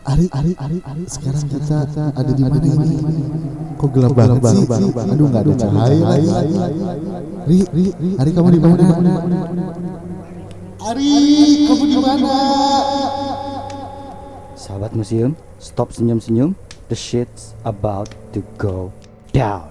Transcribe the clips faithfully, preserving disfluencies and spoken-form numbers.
Ari, Ari, Ari, Ari. Sekarang kita ada di mana ini? Kok gelap banget sih? Aduh, nggak ada cahaya lagi. Ri, Ri, Ri, Ari kamu di mana? Ari, kamu di mana? Sahabat museum, stop senyum-senyum. The shit's about to go down.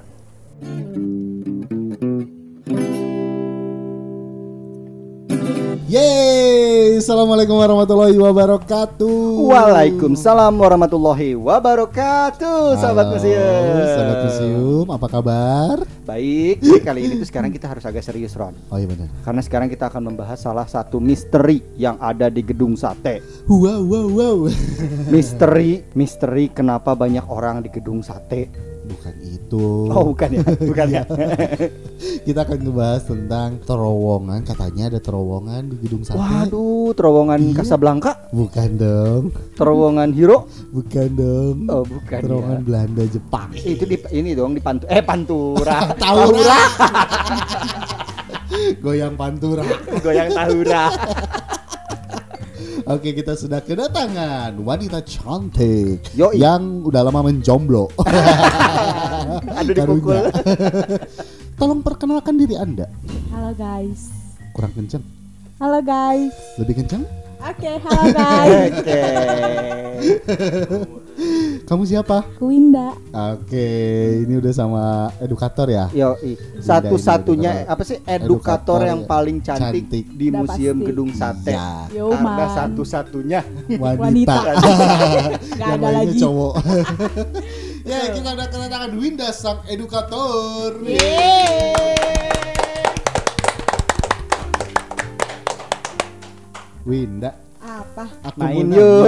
Yeay, assalamualaikum warahmatullahi wabarakatuh. Waalaikumsalam warahmatullahi wabarakatuh. Sahabat museum. Sahabat museum, apa kabar? Baik, jadi kali ini tuh sekarang kita harus agak serius, Ron. Oh iya benar. Karena sekarang kita akan membahas salah satu misteri yang ada di gedung sate. Wow, wow, wow. Misteri, misteri kenapa banyak orang di gedung sate? Bukan itu. Oh bukan ya, bukan ya. Kita akan ngebahas tentang terowongan. Katanya ada terowongan di gedung sate. Waduh, terowongan Iya. Casablanca? Bukan dong. Terowongan Hero? Bukan dong. Oh bukan Terowongan ya. Belanda Jepang. Itu di ini dong di Pantu eh Pantura. Tahura. Goyang Pantura. Goyang Tahura. Oke, kita sudah kedatangan wanita cantik Yoi. yang udah lama menjomblo. Aduh dipukul. Tolong perkenalkan diri Anda. Halo guys. Kurang kenceng. Halo guys. Lebih kenceng? Oke, halo guys. Oke. Kamu siapa? Kuinda. Oke, ini udah sama edukator ya. Yo, satu-satunya Edukator. apa sih edukator, Edukator yang paling cantik, cantik. di Udah Museum pasti. Gedung Sate. Ya, Yo Karena man. satu-satunya. wanita. Wanita. Gak Yang ada lainnya lagi. cowok. Ya, kita udah kedatangan Winda sang edukator. Winda, Apa? aku Main mau yuk.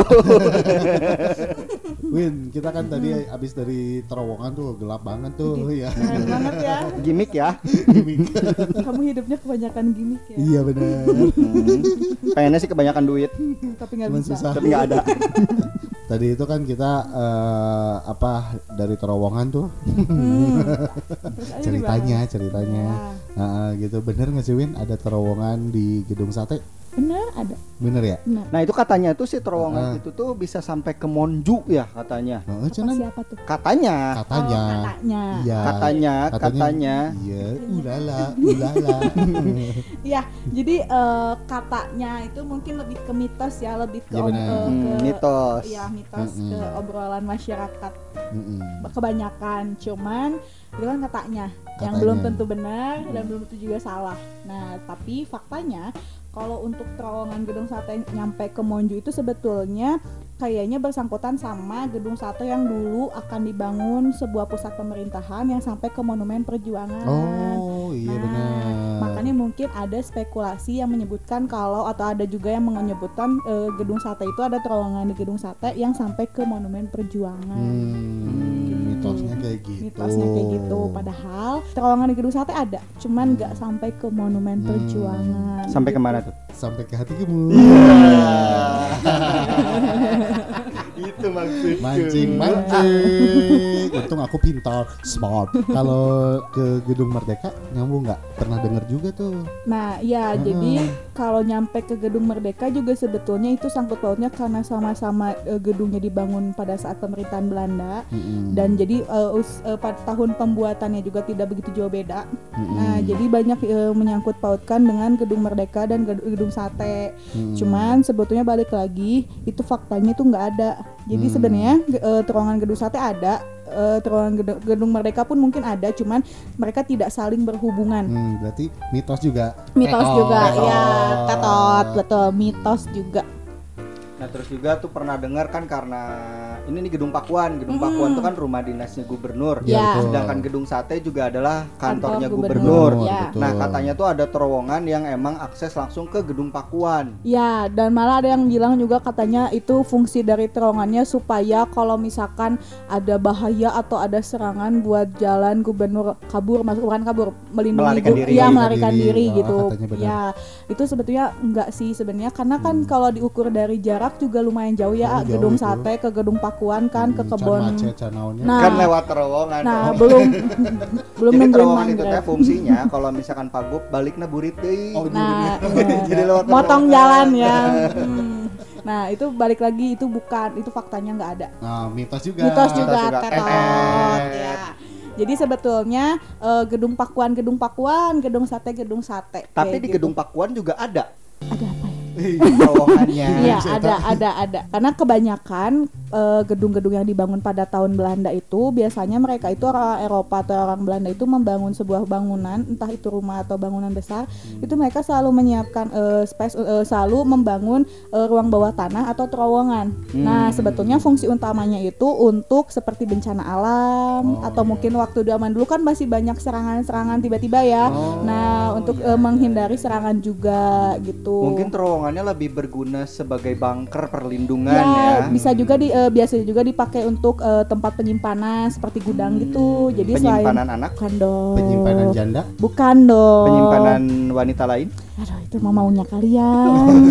Win, kita kan tadi abis dari terowongan tuh gelap banget tuh ya. Keren banget ya. Gimik ya. Kamu hidupnya kebanyakan gimmick ya. Iya benar. Hmm. Pengennya sih kebanyakan duit, Tapi nggak Cuman bisa. susah. tapi nggak ada. Tadi itu kan kita eh, apa dari terowongan tuh Hmm. Terus aja ceritanya, dibahas. ceritanya. Ya. Nah, gitu bener nggak sih Win? Ada terowongan di gedung sate? Bener ada. Bener ya? Bener. Nah itu katanya tuh si terowongan Ah. itu tuh bisa sampai ke Monju ya katanya. Nah, Apa cuman siapa tuh? Katanya. katanya. Oh, katanya. Iya. Katanya, katanya. Iya, ulala, ulala. Iya, jadi eh, katanya itu mungkin lebih ke mitos ya, lebih ke Iya, ob- benar. eh, Hmm, ke mitos. Iya, mitos Mm-mm. ke obrolan masyarakat. Mm-mm. Kebanyakan, cuman itu kan katanya, yang Katanya. belum tentu benar dan belum tentu juga salah. Nah, tapi faktanya kalau untuk terowongan gedung sate nyampe ke Monju itu sebetulnya kayaknya bersangkutan sama gedung sate yang dulu akan dibangun sebuah pusat pemerintahan yang sampai ke Monumen Perjuangan. Oh, iya Nah, benar. Makanya mungkin ada spekulasi yang menyebutkan kalau atau ada juga yang menyebutkan eh, gedung sate itu ada terowongan di gedung sate yang sampai ke Monumen Perjuangan. Hmm, mitosnya kayak gitu. Mitosnya kayak gitu. Padahal terowongan di gedung sate ada, cuman nggak sampai ke Monumen Hmm. Perjuangan. Sampai Gitu. kemana tuh? Sampai ke hati kamu. Itu maksudnya. Mancing, mancing. Untung aku pintar, smart. Kalau ke Gedung Merdeka nyambung nggak? Pernah dengar juga tuh. Nah, ya Heeh. jadi kalau nyampe ke Gedung Merdeka juga sebetulnya itu sangkut pautnya karena sama-sama eh, gedungnya dibangun pada saat pemerintahan Belanda. Mm-mm. Dan jadi uh, us, uh, pada tahun pembuatannya juga tidak begitu jauh beda. Mm-mm. Nah, jadi banyak uh, menyangkut pautkan dengan Gedung Merdeka dan Gedung, gedung Sate. Mm-mm. Cuman sebetulnya balik lagi itu faktanya itu nggak ada. Jadi Hmm. sebenarnya ge- uh, terowongan Gedung Sate ada, uh, terowongan gedung, gedung Merdeka pun mungkin ada, cuman mereka tidak saling berhubungan. Hmm, berarti mitos juga. Mitos Tetot. juga, Tetot. ya tetot betul, mitos juga. Nah terus juga tuh pernah dengar kan karena ini nih Gedung Pakuan. Gedung Mm. Pakuan tuh kan rumah dinasnya gubernur. Iya, Ya. betul. Sedangkan Gedung Sate juga adalah kantornya Kantor gubernur. gubernur, ya. betul. Nah katanya tuh ada terowongan yang emang akses langsung ke Gedung Pakuan. Ya, dan malah ada yang bilang juga katanya itu fungsi dari terowongannya supaya kalau misalkan ada bahaya atau ada serangan buat jalan gubernur kabur, masuk bukan kabur, melindungi Melarikan gu- diri. ya Melarikan melarikan diri. diri, Oh, gitu. katanya benar. Ya, itu sebetulnya enggak sih sebenarnya karena kan Hmm. kalau diukur dari jarak juga lumayan jauh ya, Oh, jauh gedung itu. Sate ke gedung Pakuan kan ke Hmm, kebon. can macet, can naonnya. Nah, Kan lewat terowongan. Nah, dong. belum belum Jadi nungguin terowongan itu teh mangrove. fungsinya kalau misalkan pagup baliknya burit deui. Oh, Nah, Jadi lewat motong terowongan. jalan ya. Hmm. Nah itu balik lagi, itu bukan, itu faktanya nggak ada. Nah, mitos juga. Mitos juga, juga. tetot Eh. ya. Jadi sebetulnya eh, gedung pakuan, gedung pakuan, gedung sate, gedung sate. Tapi kayak di gitu. gedung Pakuan juga ada ada apa ya? terowongannya. Iya ada, ada, ada. Karena kebanyakan eh, gedung-gedung yang dibangun pada tahun Belanda itu biasanya mereka itu orang Eropa atau orang Belanda itu membangun sebuah bangunan, entah itu rumah atau bangunan besar, Hmm. itu mereka selalu menyiapkan eh, space, eh, selalu membangun eh, ruang bawah tanah atau terowongan. Hmm. Nah sebetulnya fungsi utamanya itu untuk seperti bencana alam Oh, atau iya. mungkin waktu zaman dulu kan masih banyak serangan-serangan tiba-tiba ya. Oh, Nah untuk iya. eh, menghindari serangan juga gitu. Mungkin terowongannya lebih berguna sebagai bunker perlindungan Ya, ya. bisa juga di eh, biasa juga dipakai untuk eh, tempat penyimpanan seperti gudang gitu. Jadi Penyimpanan selain anak, bukan dong. Penyimpanan janda. Bukan dong. penyimpanan wanita lain. Aduh, itu mah maunya kalian.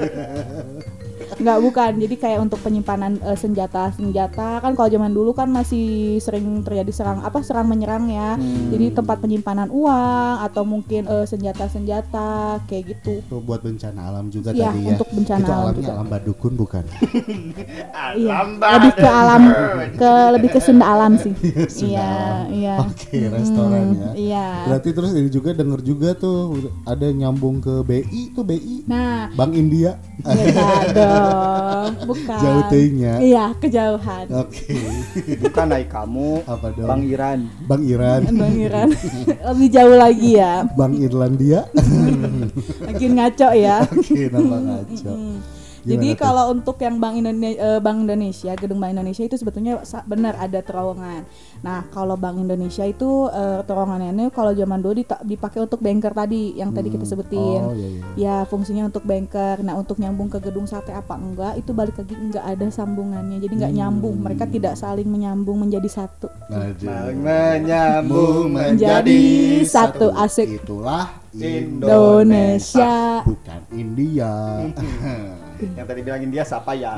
Enggak, bukan. Jadi kayak untuk penyimpanan eh, senjata-senjata kan kalau zaman dulu kan masih sering terjadi serang apa serang menyerang ya. Hmm. Jadi tempat penyimpanan uang atau mungkin eh, senjata-senjata kayak gitu. Tuh buat bencana alam juga Iya, tadi ya. untuk bencana Itu alam alamnya juga. alam badukun bukan? Iya, lebih ke alam, ke lebih ke Sunda alam sih. Sunda Iya, alam. iya. Oke, restoran ya. Iya. Berarti terus ini juga denger juga tuh ada nyambung ke B I tuh B I. Nah, Bank India. beda dong, bukan. Jauh teuingnya. Iya, kejauhan. Oke. Bukan naik kamu, Apa dong? Bang Iran. Bang Iran. Bang Iran. Lebih jauh lagi ya. Bang Irlandia. Makin ngaco ya. Oke, nama ngaco. Mm. Gimana Jadi tuh? kalau untuk yang Bank Indonesia, Bank Indonesia, gedung Bank Indonesia itu sebetulnya sa- benar ada terowongan. Nah, kalau Bank Indonesia itu eh, terowongannya ini kalau zaman dulu dita- dipakai untuk banker tadi yang tadi kita Hmm. sebutin. Oh iya iya. Ya, fungsinya untuk banker. Nah, untuk nyambung ke gedung sate apa enggak, itu balik lagi enggak ada sambungannya. Jadi enggak Hmm. nyambung. Mereka tidak saling menyambung menjadi satu. Aduh. Menyambung Menjadi satu asik. Itulah Indonesia. bukan India. Yang tadi bilang India siapa ya?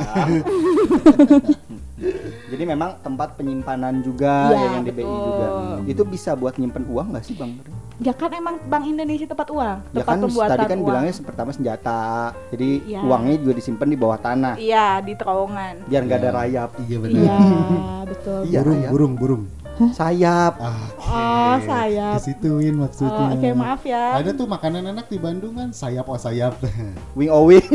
Jadi memang tempat penyimpanan juga Iya, ya, yang di B I betul. juga. Itu bisa buat nyimpen uang nggak sih Bang? Ya kan emang Bank Indonesia tempat uang, Ya tempat kan pembuatan tadi kan uang. bilangnya pertama senjata. Jadi Iya. uangnya juga disimpan di bawah tanah Iya, di terowongan. biar nggak ada Iya. rayap. Iya benar. Iya, betul. Iya, burung, ya. burung, burung. Sayap. Ah, Oh, sayap. Kesituin maksudnya. Oh, oke, maaf ya. Ada tuh makanan enak di Bandung kan, sayap oh sayap. Wing oh wing.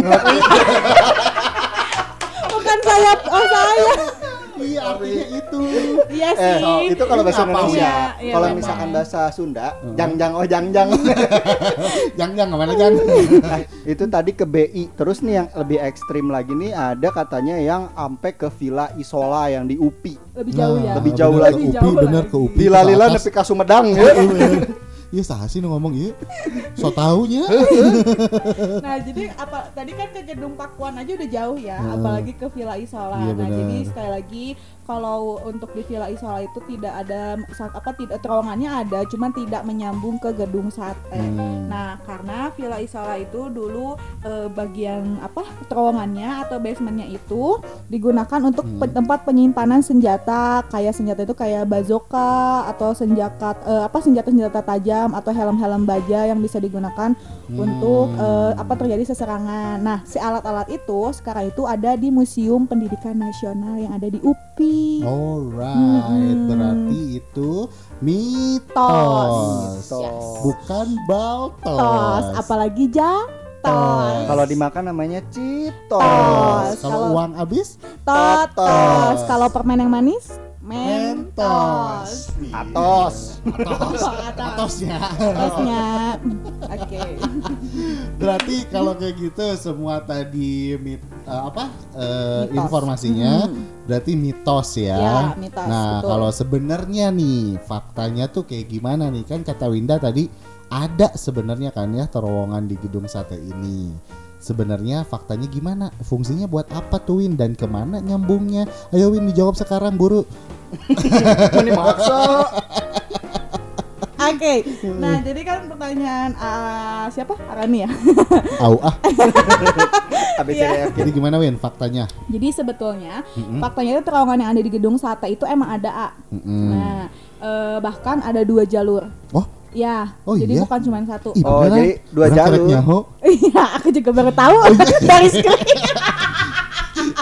Bukan sayap, oh sayap. Iya artinya itu. Iya Eh, sih. itu kalau bahasa Apa? Indonesia. Iya, iya, Kalau memang. misalkan bahasa Sunda, Hmm. jang jang oh jang jang. Yang yang kemana kan? Nah, itu tadi ke B I. Terus nih yang lebih ekstrim lagi nih ada katanya yang ampe ke Villa Isola yang di U P I. Lebih jauh ya. Lebih jauh bener lagi. Ke U P I, bener ke U P I. Lila lila ke atas. nepi ka Sumedang ya. Iya sah sih nu ngomong iya. So taunya. Nah, jadi apa tadi kan ke gedung Pakuan aja udah jauh ya, Heeh. apalagi ke Villa Isola. Iya, Nah, benar. jadi sekali lagi kalau untuk di Villa Isola itu tidak ada sa- apa tidak terowongannya ada, cuman tidak menyambung ke gedung sate. Hmm. Nah, karena Villa Isola itu dulu eh, bagian apa terowongannya atau basementnya itu digunakan untuk Hmm. pe- tempat penyimpanan senjata, kayak senjata itu kayak bazooka atau senjata eh, apa senjata-senjata tajam atau helm-helm baja yang bisa digunakan untuk eh, apa terjadi seserangan. Nah, si alat-alat itu sekarang itu ada di Museum Pendidikan Nasional yang ada di U P I. Alright, Mm-mm. berarti itu mitos, Tos. Yes. bukan baltos. Tos, apalagi jatos. Kalau dimakan namanya citos. Tos. Kalau Kalau- uang habis, Totos. Totos. Kalau permen yang manis, mentos. mentos. Atos. Atos. Atos. Atosnya. Tosnya. Oke. Berarti kalau kayak gitu semua tadi mit, eh, apa eh, Mitos. informasinya Hmm. berarti mitos ya. Ya, mitos, Nah, betul. kalau sebenarnya nih faktanya tuh kayak gimana nih? Kan kata Winda tadi ada sebenarnya kan ya terowongan di gedung sate ini. Sebenarnya faktanya gimana? Fungsinya buat apa tuh Win dan kemana nyambungnya? Ayo Win dijawab sekarang buru. Ini maksa. Oke. Nah, jadi kan pertanyaan ah, siapa? Arani ya. Au ah. A B C D Iya. E F G. Jadi gimana Win faktanya? Jadi sebetulnya Mm-mm. faktanya itu terowongan yang ada di gedung sate itu emang ada A. Mm-mm. Nah, eh, bahkan ada dua jalur. Oh, Ya, Oh, jadi iya? bukan cuma satu. ih, Oh, beneran? jadi dua Orang jalur. kerek nyaho. Iya, aku juga baru tahu dari screen.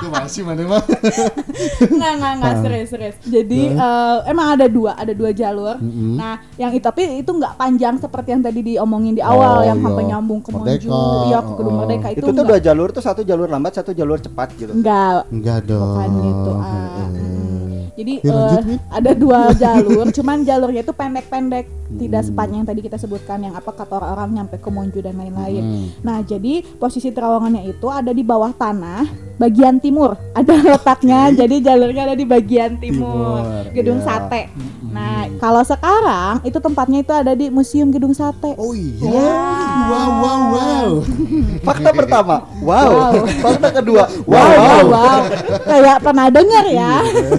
masih mana mah. Nggak, nggak, nggak, serius, serius. Jadi uh, emang ada dua, ada dua jalur. Mm-hmm. Nah, yang itu tapi itu nggak panjang seperti yang tadi diomongin di awal, Oh, yang iya. sampai nyambung ke Merdeka, Monju, iya ke Gedung oh. Merdeka itu, Itu tuh nggak- dua jalur tuh, satu jalur lambat, satu jalur cepat gitu. Enggak, Enggak dong. bukan gitu. Ah, Heeh. mm. Jadi Ya, lanjut, eh, Min. ada dua jalur, cuman jalurnya itu pendek-pendek, tidak Hmm. sepanjang yang tadi kita sebutkan yang apa kata orang nyampe ke Monju dan lain-lain. Hmm. Nah, jadi posisi terowongannya itu ada di bawah tanah, bagian timur. Ada letaknya, jadi jalurnya ada di bagian timur, Timur, Gedung iya. Sate. Nah, kalau sekarang itu tempatnya itu ada di Museum Gedung Sate. Oh iya. Wow wow wow. Fakta pertama, wow. Wow. Fakta kedua, Wow, wow. wow, wow. Kayak pernah dengar ya.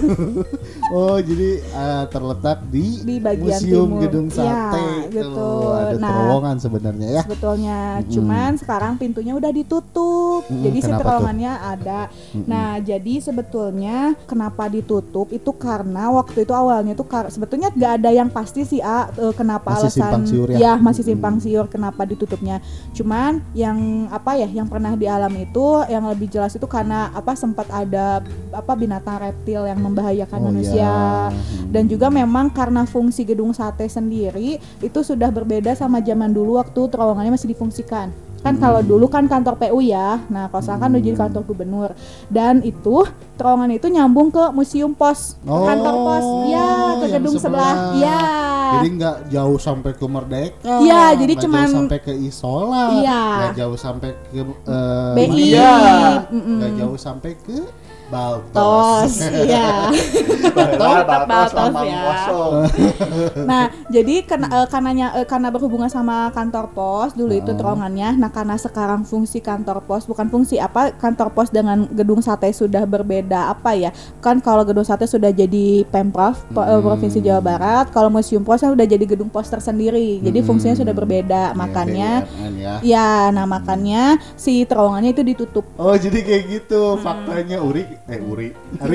Oh jadi eh, terletak di, Di bagian Museum timur. Gedung Sate. Ya, Tuh, betul. ada Nah, terowongan sebenarnya ya. Sebetulnya, Mm-mm. cuman sekarang pintunya udah ditutup. Mm-mm, Jadi si kenapa tuh? terowongannya ada. Mm-mm. Nah, jadi sebetulnya kenapa ditutup itu karena waktu itu awalnya tuh kar- sebetulnya nggak ada yang pasti sih A eh, kenapa Masih alasan simpang siur ya? masih simpang Mm-mm. siur kenapa ditutupnya. Cuman yang apa ya yang pernah di alam itu yang lebih jelas itu karena apa sempat ada apa binatang reptil yang membahayakan Oh, manusia. iya. Hmm. Dan juga memang karena fungsi Gedung Sate sendiri itu sudah berbeda sama zaman dulu waktu terowongannya masih difungsikan. Kan Hmm. kalau dulu kan kantor P U ya. Nah, kalau sekarang kan udah jadi kantor gubernur. Dan itu terowongan itu nyambung ke Museum Pos, ke Oh, kantor pos. Ya, ke yang gedung sebelah. sebelah. Ya. Jadi nggak jauh sampai ke Merdeka. Iya, jadi nggak cuman- jauh sampai ke Isola. Iya. Nggak jauh sampai ke eh, B I. Iya. Mm-mm. Nggak jauh sampai ke Baltos. Tos, iya. Batal, Batal, batal, batal, ya. kosong. Nah, jadi karena eh, karenanya eh, karena berhubungan sama kantor pos dulu itu Ah. terowongannya. Nah, karena sekarang fungsi kantor pos bukan fungsi apa kantor pos dengan Gedung Sate sudah berbeda apa ya? Kan kalau Gedung Sate sudah jadi Pemprov po- eh, Hmm. Provinsi Jawa Barat, kalau Museum Posnya udah jadi gedung pos tersendiri. Jadi Hmm. fungsinya sudah berbeda. Iya, Makanya B U M N ya. ya, nah makanya si terowongannya itu ditutup. Oh jadi kayak gitu faktanya Uri eh Uri Ari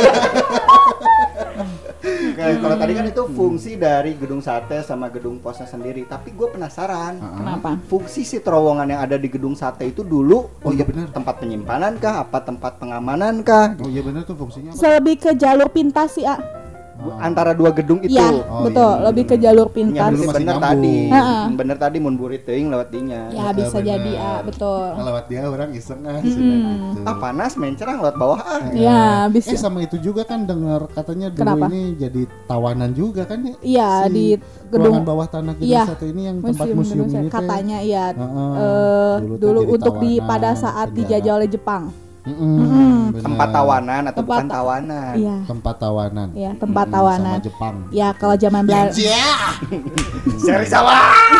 Oke, kalau tadi kan itu fungsi dari gedung sate sama gedung posnya sendiri. Tapi gue penasaran, Kenapa? fungsi si terowongan yang ada di gedung sate itu dulu Oh iya untuk benar. tempat penyimpanan kah? Apa tempat pengamanan kah? Oh iya benar tuh fungsinya apa? Lebih ke jalur pintas sih, A. Bu- Antara dua gedung itu. Iya, Oh, betul. iya, Lebih bener. ke jalur Ya, pintas. Dulu berarti masih bener nyambung. tadi. Heeh. Bener tadi mun burit teuing lewat dinya. Ya, Betul, bisa bener. jadi, A, betul. Lewat dia orang iseng ah Mm-mm. gitu. Ah panas main cerah lewat bawah ah. Ya, bisa. Eh sama itu juga kan dengar katanya dulu Kenapa? ini jadi tawanan juga kan ya? Iya, Si di ruangan gedung bawah tanah gedung Iya, sate ini yang tempat museum museum Indonesia. ini teh. Katanya iya. Heeh, eh, dulu tuh dulu jadi untuk di tawanan pada saat penjara. dijajah oleh Jepang. Mm-mm, Mm-mm. bener. Tempat tawanan atau Tempat bukan ta- tawanan? Iya. Tempat tawanan. Iya, tempat Mm-mm, tawanan. sama Jepang. Ya, kalau zaman Belanda. Seri sama.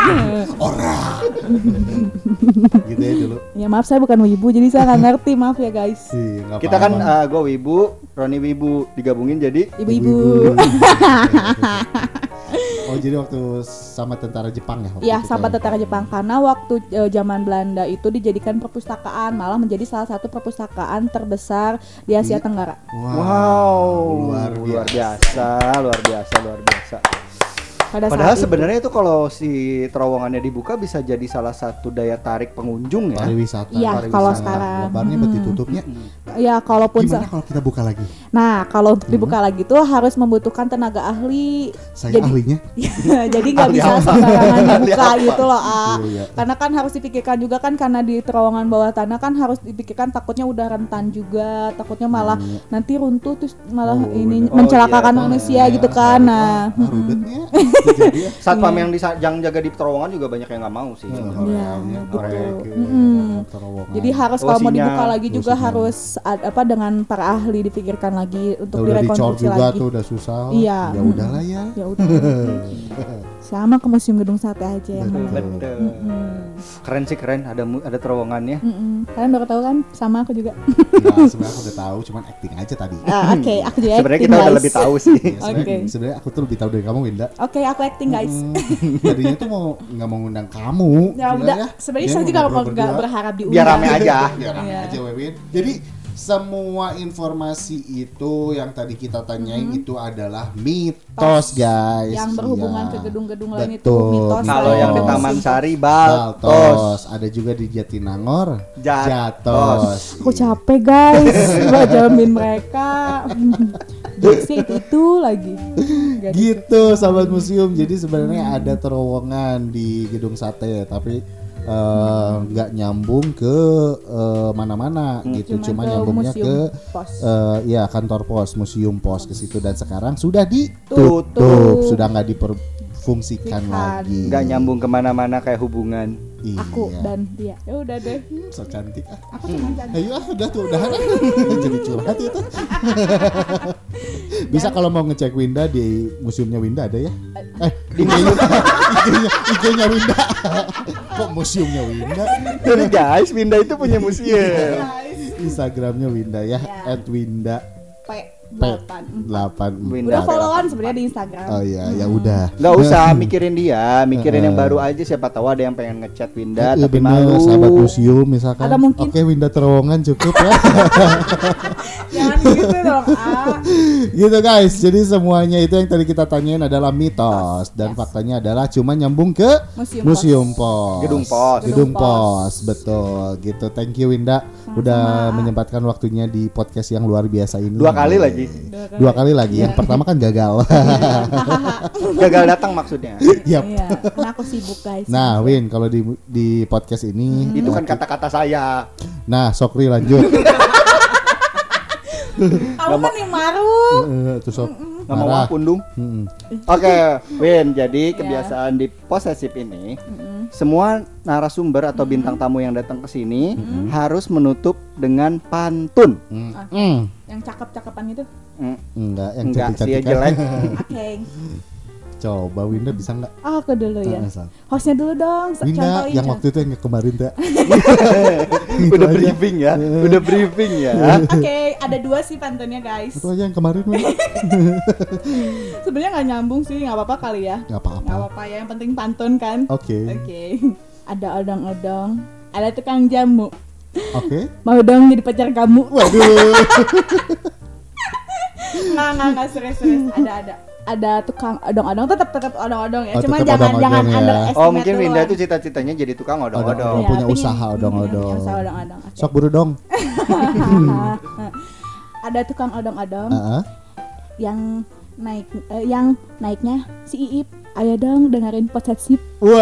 Gitu ya dulu. Ya, maaf saya bukan wibu jadi saya nggak ngerti, maaf ya guys. Iya, nggak Kita kan apa-apa. gue wibu, Roni wibu digabungin jadi Ibu-ibu. Oh jadi waktu sama tentara Jepang ya? waktu Iya, itu sama teh? tentara Jepang karena waktu eh, zaman Belanda itu dijadikan perpustakaan, malah menjadi salah satu perpustakaan terbesar di Asia Di- Tenggara. wow, luar luar biasa. biasa, luar biasa, luar biasa. Pada Padahal saat itu. sebenarnya itu kalau si terowongannya dibuka bisa jadi salah satu daya tarik pengunjung ya. Pariwisata. Iya, pariwisata. kalau sekarang. Lebarnya Hmm. berarti tutupnya. Ya, kalaupun Gimana se- kalau kita buka lagi? Nah, kalau untuk dibuka lagi tuh harus membutuhkan tenaga ahli. Saya Jadi- ahlinya. Jadi nggak Ahli bisa apa? sembarangan Ahli dibuka apa? gitu loh, A. Iya, iya. Karena kan harus dipikirkan juga kan karena di terowongan bawah tanah kan harus dipikirkan takutnya udah rentan juga, takutnya malah Hmm. nanti runtuh terus malah Oh, ini bener. mencelakakan Oh, iya. manusia Iya, gitu kan. ah, Nah, ah, rudetnya. Jadi ya. Satpam Iya. yang di yang jaga di terowongan juga banyak yang nggak mau sih. Iya, Iya, gitu. Mm-mm. Jadi harus kalau mau Fungsinya, dibuka lagi juga fungsinya. harus ad- apa dengan para ahli dipikirkan lagi untuk udah dicor direkonstruksi juga lagi. tuh udah susah. Iya. Ya udahlah ya. Ya udah. Sama ke Museum Gedung Sate aja yang Betul. benar. Betul. Mm-mm. Keren sih keren, ada mu- ada terowongannya. Mm-mm. Kalian baru tahu kan? Sama aku juga. Nah, sebenarnya aku udah tahu, cuman acting aja tadi. Ah, Oke, aku juga Sebenarnya acting, kita udah guys. lebih tahu sih. Ya, sebenarnya, Oke. sebenarnya aku tuh lebih tahu dari kamu, Winda. Oke, aku acting guys. Hmm, tadinya tuh mau nggak mau ngundang kamu. Ya udah, sebenarnya Dia saya juga ngobrol mau nggak berdua. berharap diundang. Biar rame aja. Biar rame Iya. aja, Wewin. Jadi semua informasi itu yang tadi kita tanyain mm-hmm. itu adalah mitos, guys. Yang berhubungan ya. ke gedung-gedung lain itu Betul. mitos. Kalau yang di Taman Sari Baltos. Baltos. Ada juga di Jatinangor Jatos. Jatos. Aku capek guys, bajamin mereka. Jokesnya itu itu lagi. Gak Gitu, sahabat museum. Jadi sebenarnya ada terowongan di Gedung Sate, tapi nggak uh, nyambung ke uh, mana-mana hmm. gitu, cuma, cuma nyambungnya ke uh, ya kantor pos, museum pos ke situ, dan sekarang sudah ditutup, Tutup. sudah nggak diperfungsikan Sikan. lagi, nggak nyambung kemana-mana kayak hubungan. Iya. Aku dan dia, ya udah deh. So cantik ah. Aku cuma cantik. Ayo ah, udah tuh, udah jadi curhat itu. Bisa kalau mau ngecek Winda di museumnya Winda ada ya? Eh, di I G-nya Winda. Kok museumnya Winda? Jadi guys, Winda itu punya museum. Instagramnya Winda ya, yeah. at Winda P delapan. Udah followan sebenarnya di Instagram. Oh iya, ya udah. Enggak usah mikirin dia, mikirin yang baru aja, siapa tahu ada yang pengen ngechat Winda eh, tapi bener, malu. Sahabat museum misalkan. Ada mungkin. Oke, Winda terowongan cukup ya. Jangan gitu dong, ah. Gitu guys. Jadi semuanya itu yang tadi kita tanyain adalah mitos, dan yes. faktanya adalah cuma nyambung ke museum, museum pos. Gedung pos. Gedung pos, betul. Gitu. Thank you Winda sama-sama. Udah menyempatkan waktunya di podcast yang luar biasa ini. Dua kali lagi. Dua kali, Dua kali lagi. Yang pertama kan gagal. Gagal datang maksudnya. Yep. Iya, karena aku sibuk guys. Nah, Win, kalau di di podcast ini itu kan kata-kata saya. Nah, Sokri lanjut. Kamu kan yang maruk. Uh, tuh sok. Nggak mau pundung. Oke, Win. Jadi kebiasaan di posesif ini, semua narasumber atau bintang tamu yang datang ke sini harus menutup dengan pantun. Yang cakep-cakepan itu? Enggak, yang Enggak sih, cantik-cantik. jelek. Oke. Coba Winda bisa nggak? Oh, aku dulu ya. Hostnya dulu dong. Winda yang waktu itu yang kemarin tuh. Udah briefing ya, udah briefing ya. Oke, okay, ada dua sih pantunnya guys. Itu aja yang kemarin. Sebenarnya nggak nyambung sih, nggak apa-apa kali ya. Nggak apa-apa. Nggak apa-apa ya, yang penting pantun kan. Oke. Okay. Oke. Okay. Ada odong-odong, ada tukang jamu. Oke. Okay. Mau dong jadi pacar kamu. Waduh. Nggak nggak nggak serius-serius. Ada ada. Ada tukang odong-odong, tetap tetap odong-odong ya. Oh, Cuma odong-odong jangan jangan ya. underestimate. Oh, mungkin Winda itu cita-citanya jadi tukang odong-odong. Ya, punya pingin, usaha odong-odong. Usaha odong-odong. Okay. Sok buru dong. Ada tukang odong-odong uh-huh. yang naik eh, yang naiknya si Iip. Ayo dong dengerin posesif. Wah.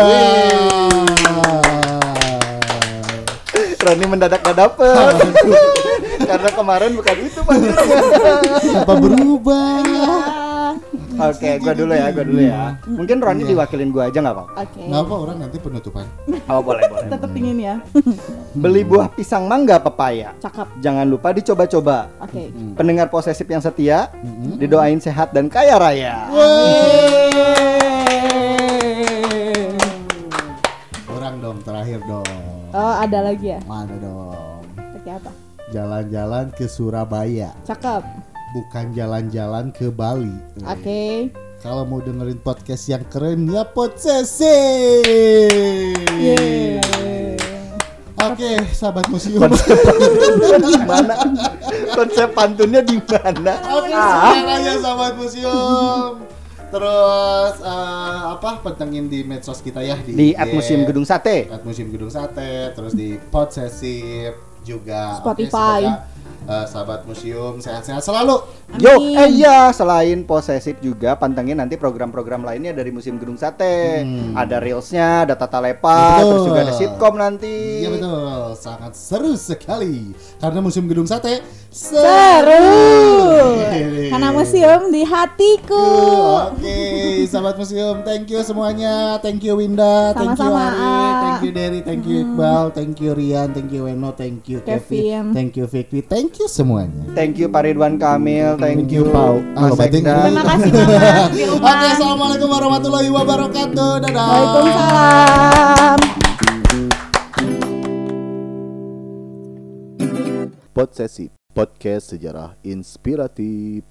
Roni mendadak gak dapet. Karena kemarin bukan itu pantunnya. Apa berubah? Oke, okay, gua dulu ya, gua dulu ya. Mungkin Roni yeah. diwakilin gua aja nggak apa-apa. Oke. Okay. Nggak apa, orang nanti penutupan. Oh boleh boleh. Tetap dingin ya. Beli buah pisang mangga pepaya. Cakep. Jangan lupa dicoba-coba. Oke. Okay. Pendengar posesif yang setia, mm-hmm. didoain sehat dan kaya raya. Orang dong terakhir dong. Oh ada lagi ya? Mana dong? Oke apa? Jalan-jalan ke Surabaya. Cakep. Bukan jalan-jalan ke Bali. Oke. Okay. Kalau mau dengerin podcast yang keren ya Podsesif. Yeah. Oke, okay, sahabat museum. Konsep pantunnya di mana? Konsep pantunnya di mana? Oke, sekarang aja sahabat museum. Terus uh, apa pantengin di medsos kita ya di, di at Museum Gedung Sate. At Museum Gedung Sate, terus di Podsesif juga. Spotify. Okay, semoga, uh, sahabat museum sehat-sehat selalu. Amin. Yo, eh iya, selain posesif juga pantengin nanti program-program lainnya dari Museum Gedung Sate. Hmm. Ada reelsnya, ada tata lepa, ya, terus juga ada sitkom nanti. Iya betul, sangat seru sekali. Karena Museum Gedung Sate seru. seru. Karena museum di hatiku. Oke, okay, sahabat museum, thank you semuanya. Thank you Winda, sama-sama. Thank you Ari, thank you Derry, thank you Iqbal, thank you Rian, thank you Weno, thank you Kevin, Kevin. thank you Fikri, thank you semuanya. Thank you Pak Ridwan Kamil. Thank, Thank you, Pau. Mas Terima kasih banyak di rumah. Oke, assalamualaikum warahmatullahi wabarakatuh. Dadah. Waalaikumsalam. Podsesif, podcast sejarah inspiratif.